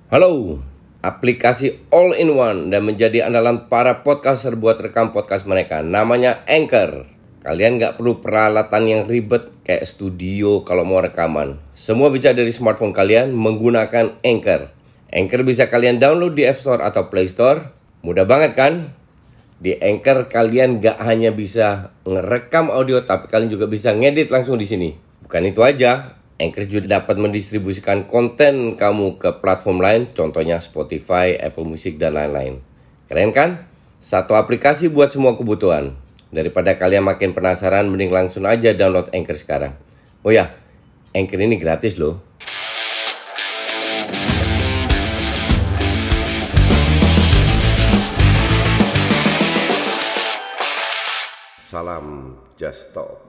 Halo, aplikasi all-in-one dan menjadi andalan para podcaster buat rekam podcast mereka. Namanya Anchor. Kalian nggak perlu peralatan yang ribet kayak studio kalau mau rekaman. Semua bisa dari smartphone kalian menggunakan Anchor. Anchor bisa kalian download di App Store atau Play Store. Mudah banget kan? Di Anchor kalian nggak hanya bisa ngerekam audio, tapi kalian juga bisa ngedit langsung di sini. Bukan itu aja, Anchor juga dapat mendistribusikan konten kamu ke platform lain, contohnya Spotify, Apple Music, dan lain-lain. Keren kan? Satu aplikasi buat semua kebutuhan. Daripada kalian makin penasaran, mending langsung aja download Anchor sekarang. Oh ya, Anchor ini gratis loh. Salam Just Talk.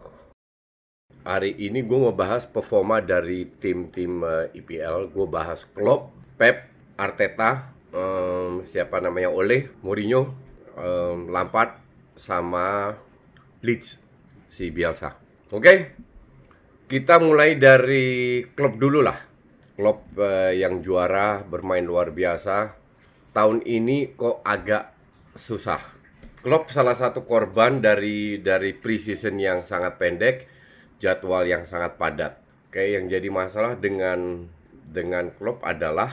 Hari ini gue mau bahas performa dari tim-tim IPL. Gue bahas Klopp, Pep, Arteta, siapa namanya, Ole, Mourinho, Lampard, sama Leeds, si Bielsa. Oke, kita mulai dari Klopp dulu lah. Klopp yang juara, bermain luar biasa. Tahun ini kok agak susah. Klopp salah satu korban dari pre-season yang sangat pendek, jadwal yang sangat padat. Oke, yang jadi masalah dengan Klopp adalah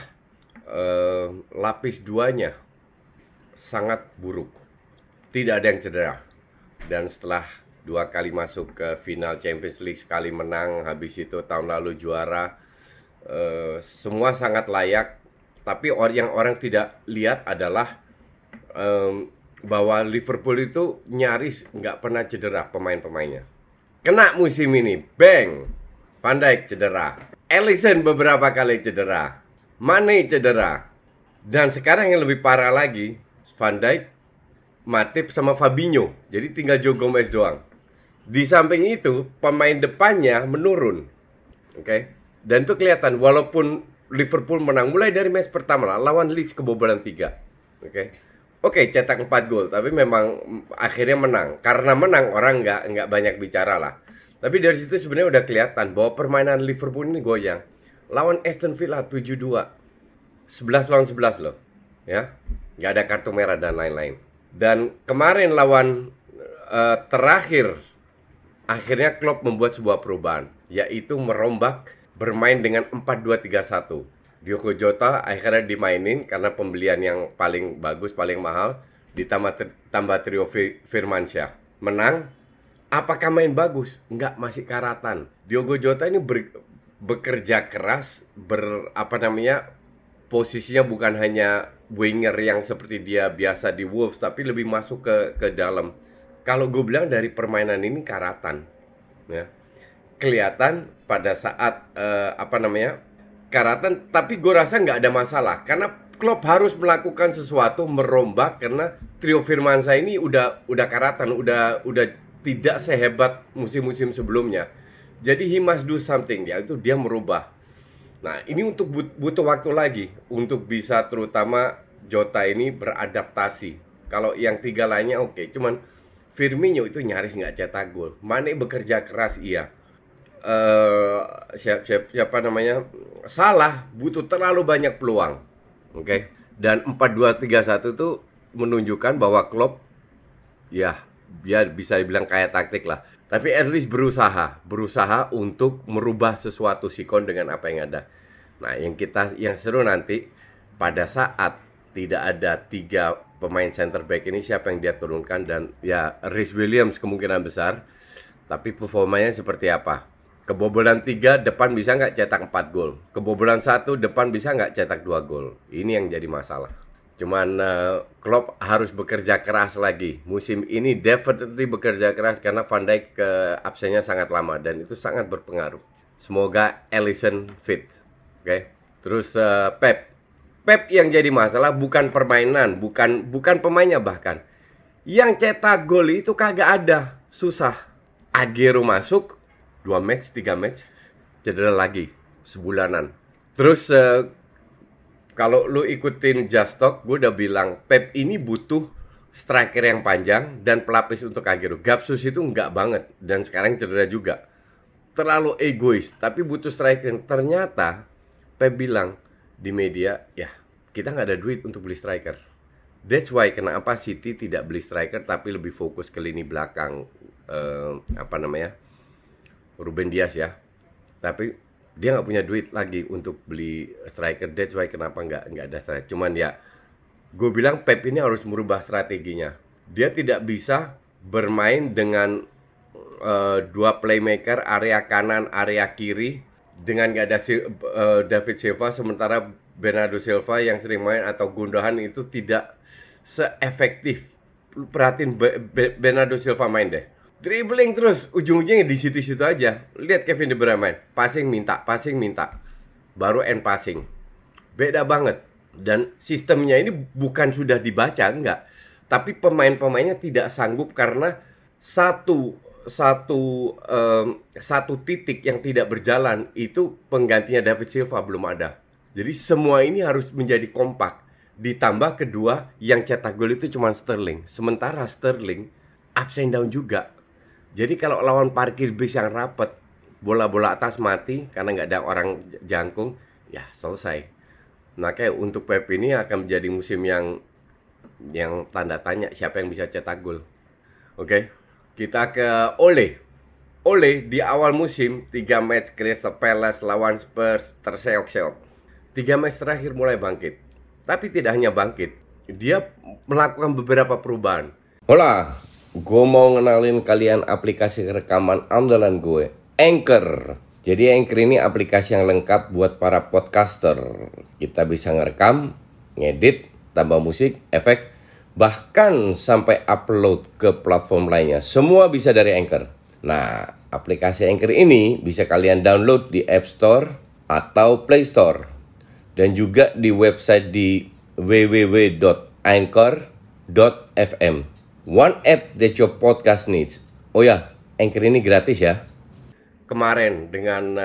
lapis duanya sangat buruk. Tidak ada yang cedera. Dan setelah 2 kali masuk ke final Champions League, sekali menang, habis itu tahun lalu juara, semua sangat layak. Tapi yang orang tidak lihat adalah bahwa Liverpool itu nyaris nggak pernah cedera pemain-pemainnya. Kena musim ini, bang, Van Dijk cedera, Alisson beberapa kali cedera, Mane cedera, dan sekarang yang lebih parah lagi, Van Dijk, Matip sama Fabinho, jadi tinggal Joe Gomez doang. Di samping itu, pemain depannya menurun, oke? Dan itu kelihatan, walaupun Liverpool menang mulai dari match pertama lah, lawan Leeds kebobolan 3, oke? Oke, cetak 4 gol, tapi memang akhirnya menang. Karena menang, orang nggak banyak bicara lah. Tapi dari situ sebenarnya udah kelihatan bahwa permainan Liverpool ini goyang. Lawan Aston Villa 7-2, 11 lawan 11 loh, ya, nggak ada kartu merah dan lain-lain. Dan kemarin lawan terakhir, akhirnya Klopp membuat sebuah perubahan, yaitu merombak bermain dengan 4-2-3-1. Diogo Jota akhirnya dimainin karena pembelian yang paling bagus, paling mahal, ditambah trio Firmansyah. Menang. Apakah main bagus? Enggak, masih karatan. Diogo Jota ini bekerja keras, posisinya bukan hanya winger yang seperti dia biasa di Wolves, tapi lebih masuk ke dalam. Kalau gue bilang dari permainan ini karatan, ya. Kelihatan pada saat karatan, tapi gue rasa nggak ada masalah karena Klopp harus melakukan sesuatu, merombak, karena trio Firmansyah ini udah karatan, udah tidak sehebat musim-musim sebelumnya. Jadi he must do something, yaitu dia merubah. Nah, ini untuk butuh waktu lagi untuk bisa, terutama Jota ini beradaptasi. Kalau yang 3 lainnya oke, cuman Firmino itu nyaris nggak cetak gol. Mane bekerja keras, iya. Siapa namanya, Salah butuh terlalu banyak peluang, oke? Dan 4-2-3-1 itu menunjukkan bahwa Klopp, ya, dia bisa dibilang kayak taktik lah, tapi at least berusaha untuk merubah sesuatu sikon dengan apa yang ada. Nah, yang seru nanti pada saat tidak ada 3 pemain center back ini, siapa yang dia turunkan. Dan ya, Reece Williams kemungkinan besar, tapi performanya seperti apa? Kebobolan 3, depan bisa nggak cetak 4 gol. Kebobolan 1, depan bisa nggak cetak 2 gol. Ini yang jadi masalah. Cuman Klopp harus bekerja keras lagi. Musim ini definitely bekerja keras karena Van Dijk absennya sangat lama dan itu sangat berpengaruh. Semoga Alisson fit. Oke. Terus Pep yang jadi masalah bukan permainan, bukan pemainnya bahkan. Yang cetak gol itu kagak ada, susah. Aguero masuk 2 match, 3 match, cedera lagi sebulanan. Terus kalau lu ikutin Just Talk, gue udah bilang Pep ini butuh striker yang panjang dan pelapis untuk Aguero. Gapsus itu enggak banget dan sekarang cedera juga. Terlalu egois, tapi butuh striker. Ternyata Pep bilang di media, ya kita nggak ada duit untuk beli striker. That's why kenapa City tidak beli striker tapi lebih fokus ke lini belakang, apa namanya, Ruben Dias ya. Tapi dia nggak punya duit lagi untuk beli striker. That's why kenapa nggak ada striker. Cuman ya, gue bilang Pep ini harus merubah strateginya. Dia tidak bisa bermain dengan dua playmaker, area kanan, area kiri, dengan nggak ada David Silva, sementara Bernardo Silva yang sering main atau Gundogan itu tidak seefektif. Perhatiin Bernardo Silva main deh. Dribbling terus, ujung-ujungnya di situ-situ aja. Lihat Kevin De Bruyne main, passing minta, baru end passing. Beda banget. Dan sistemnya ini bukan sudah dibaca, enggak. Tapi pemain-pemainnya tidak sanggup karena satu titik yang tidak berjalan itu penggantinya David Silva belum ada. Jadi semua ini harus menjadi kompak. Ditambah kedua, yang cetak gol itu cuma Sterling. Sementara Sterling ups and down juga. Jadi kalau lawan parkir bis yang rapet, bola-bola atas mati karena nggak ada orang jangkung, ya selesai. Nah, kayak untuk Pep ini akan menjadi musim yang tanda tanya siapa yang bisa cetak gol. Oke, kita ke Ole. Ole di awal musim 3 match Crystal Palace lawan Spurs terseok-seok. 3 match terakhir mulai bangkit. Tapi tidak hanya bangkit, dia melakukan beberapa perubahan. Hola, gue mau ngenalin kalian aplikasi rekaman andalan gue, Anchor. Jadi Anchor ini aplikasi yang lengkap buat para podcaster. Kita bisa ngerekam, ngedit, tambah musik, efek, bahkan sampai upload ke platform lainnya. Semua bisa dari Anchor. Nah, aplikasi Anchor ini bisa kalian download di App Store atau Play Store. Dan juga di website di www.anchor.fm. One app that your podcast needs. Oh ya, Anchor ini gratis ya. Kemarin dengan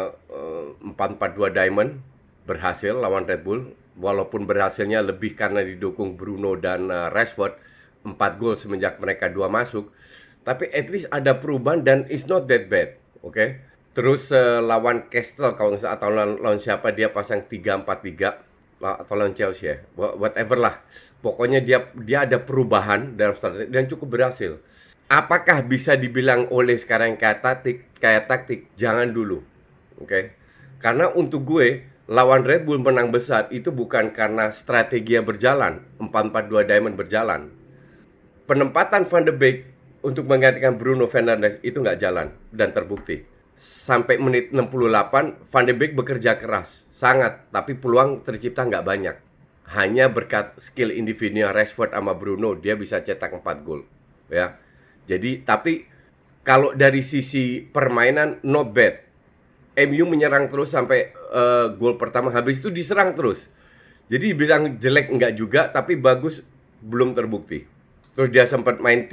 442 Diamond berhasil lawan Red Bull. Walaupun berhasilnya lebih karena didukung Bruno dan Rashford. 4 gol semenjak mereka 2 masuk. Tapi at least ada perubahan dan it's not that bad. Oke. Terus lawan Castle kalau nggak salah, atau lawan siapa dia pasang 3-4-3 atau lawan Chelsea ya. Whatever lah. Pokoknya dia ada perubahan dalam strategi dan cukup berhasil. Apakah bisa dibilang oleh sekarang kayak taktik? Jangan dulu. Oke. Karena untuk gue lawan Red Bull menang besar itu bukan karena strategi yang berjalan, 4-4-2 Diamond berjalan. Penempatan Van de Beek untuk menggantikan Bruno Fernandes itu nggak jalan dan terbukti. Sampai menit 68 Van de Beek bekerja keras sangat, tapi peluang tercipta nggak banyak. Hanya berkat skill individual Rashford sama Bruno dia bisa cetak 4 gol ya. Jadi tapi kalau dari sisi permainan not bad. MU menyerang terus sampai gol pertama, habis itu diserang terus. Jadi bilang jelek enggak juga, tapi bagus belum terbukti. Terus dia sempat main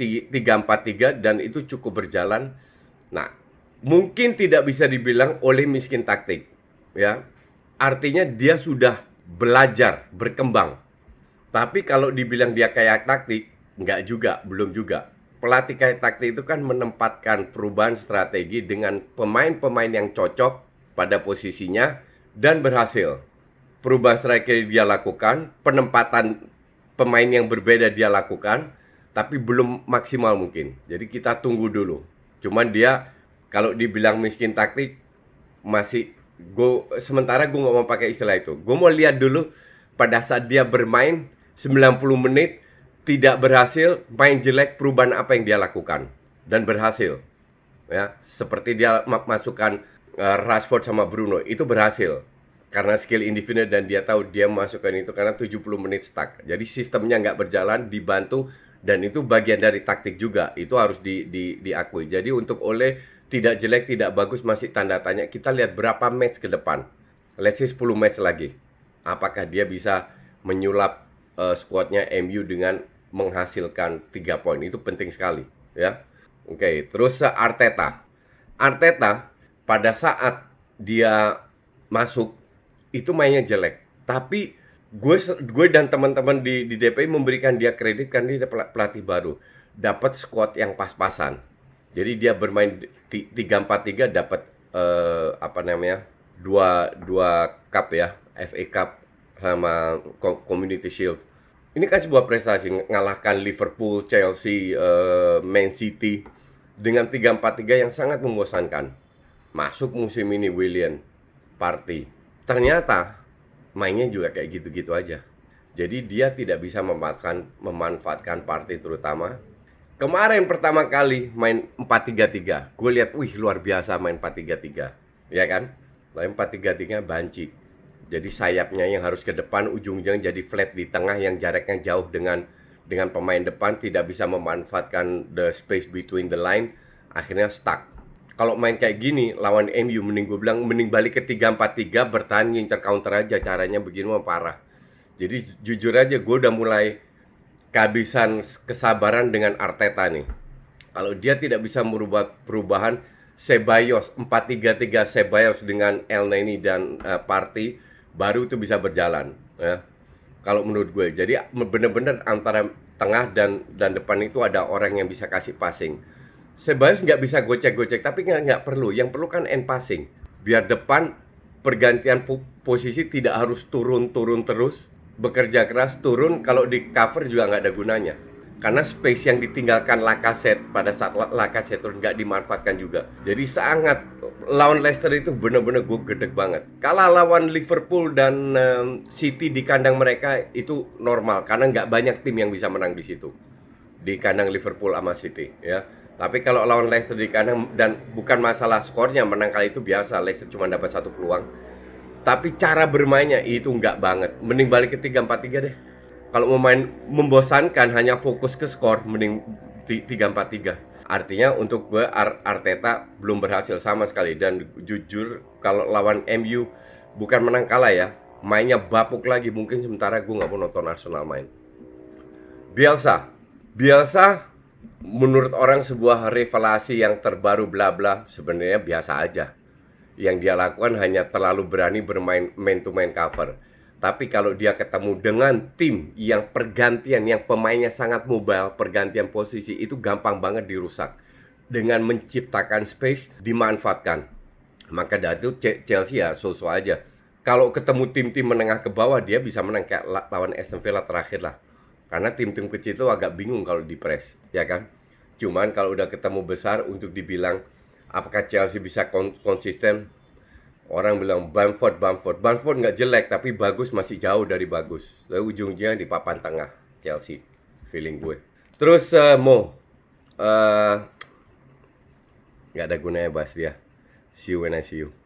3-4-3 dan itu cukup berjalan. Nah, mungkin tidak bisa dibilang oleh miskin taktik, ya. Artinya dia sudah belajar, berkembang. Tapi kalau dibilang dia kayak taktik, enggak juga, belum juga. Pelatih kayak taktik itu kan menempatkan perubahan strategi dengan pemain-pemain yang cocok pada posisinya dan berhasil. Perubahan strategi dia lakukan, penempatan pemain yang berbeda dia lakukan, tapi belum maksimal mungkin. Jadi kita tunggu dulu. Cuman dia kalau dibilang miskin taktik masih sementara gue nggak mau pakai istilah itu. Gue mau lihat dulu pada saat dia bermain 90 menit tidak berhasil, main jelek, perubahan apa yang dia lakukan dan berhasil. Ya, seperti dia masukkan Rashford sama Bruno itu berhasil karena skill individu dan dia tahu dia masukkan itu karena 70 menit stuck. Jadi sistemnya nggak berjalan, dibantu, dan itu bagian dari taktik juga. Itu harus diakui. Jadi untuk Ole tidak jelek, tidak bagus, masih tanda tanya. Kita lihat berapa match ke depan. Let's say 10 match lagi. Apakah dia bisa menyulap squadnya MU dengan menghasilkan 3 poin? Itu penting sekali ya. Oke, terus Arteta pada saat dia masuk itu mainnya jelek, tapi gue dan teman-teman di DPI memberikan dia kredit karena dia pelatih baru, dapat squad yang pas-pasan. Jadi dia bermain 3-4-3 dapat dua cup ya, FA Cup sama Community Shield. Ini kan sebuah prestasi mengalahkan Liverpool, Chelsea, Man City dengan 3-4-3 yang sangat membosankan. Masuk musim ini Willian, Partey. Ternyata mainnya juga kayak gitu-gitu aja. Jadi dia tidak bisa memanfaatkan Partey terutama. Kemarin pertama kali main 4-3-3, gue lihat, wih luar biasa main 4-3-3, ya kan? Main 4-3-3 banci. Jadi sayapnya yang harus ke depan, ujung-ujungnya jadi flat di tengah yang jaraknya jauh dengan pemain depan, tidak bisa memanfaatkan the space between the line, akhirnya stuck. Kalau main kayak gini lawan MU, mending gue bilang mending balik ke 3-4-3, bertahan ngincer counter aja, caranya begini mah parah. Jadi jujur aja gue udah mulai kehabisan kesabaran dengan Arteta nih. Kalau dia tidak bisa merubah perubahan Ceballos 4-3-3 Ceballos dengan Elneny dan Partey, baru itu bisa berjalan ya. Kalau menurut gue, jadi bener-bener antara tengah dan depan itu ada orang yang bisa kasih passing. Ceballos nggak bisa gocek-gocek, tapi nggak perlu. Yang perlu kan end passing. Biar depan pergantian posisi tidak harus turun-turun terus, bekerja keras, turun, kalau di cover juga nggak ada gunanya. Karena space yang ditinggalkan Lacazette pada saat Lacazette turun nggak dimanfaatkan juga. Jadi sangat, lawan Leicester itu bener-bener gue gedek banget. Kalah lawan Liverpool dan City di kandang mereka itu normal, karena nggak banyak tim yang bisa menang di situ. Di kandang Liverpool sama City ya. Tapi kalau lawan Leicester di kandang, dan bukan masalah skornya, menang kali itu biasa, Leicester cuma dapat 1 peluang. Tapi cara bermainnya itu nggak banget. Mending balik ke 3-4-3 deh. Kalau mau main membosankan hanya fokus ke skor, mending 3-4-3. Artinya untuk gue Arteta belum berhasil sama sekali. Dan jujur kalau lawan MU bukan menang kalah ya, mainnya bapuk lagi. Mungkin sementara gue nggak mau nonton Arsenal main. Bielsa menurut orang sebuah revelasi yang terbaru bla bla, sebenarnya biasa aja. Yang dia lakukan hanya terlalu berani bermain man to man cover. Tapi kalau dia ketemu dengan tim yang pergantian, yang pemainnya sangat mobile, pergantian posisi itu gampang banget dirusak. Dengan menciptakan space, dimanfaatkan. Maka dari itu Chelsea ya so-so aja. Kalau ketemu tim-tim menengah ke bawah, dia bisa menang kayak lawan Aston Villa terakhir lah. Karena tim-tim kecil itu agak bingung kalau di press, ya kan? Cuman kalau udah ketemu besar, untuk dibilang apakah Chelsea bisa konsisten, orang bilang Bamford nggak jelek, tapi bagus masih jauh dari bagus. Lalu ujungnya di papan tengah Chelsea, feeling gue. Terus nggak ada gunanya bahas dia. See you when I see you.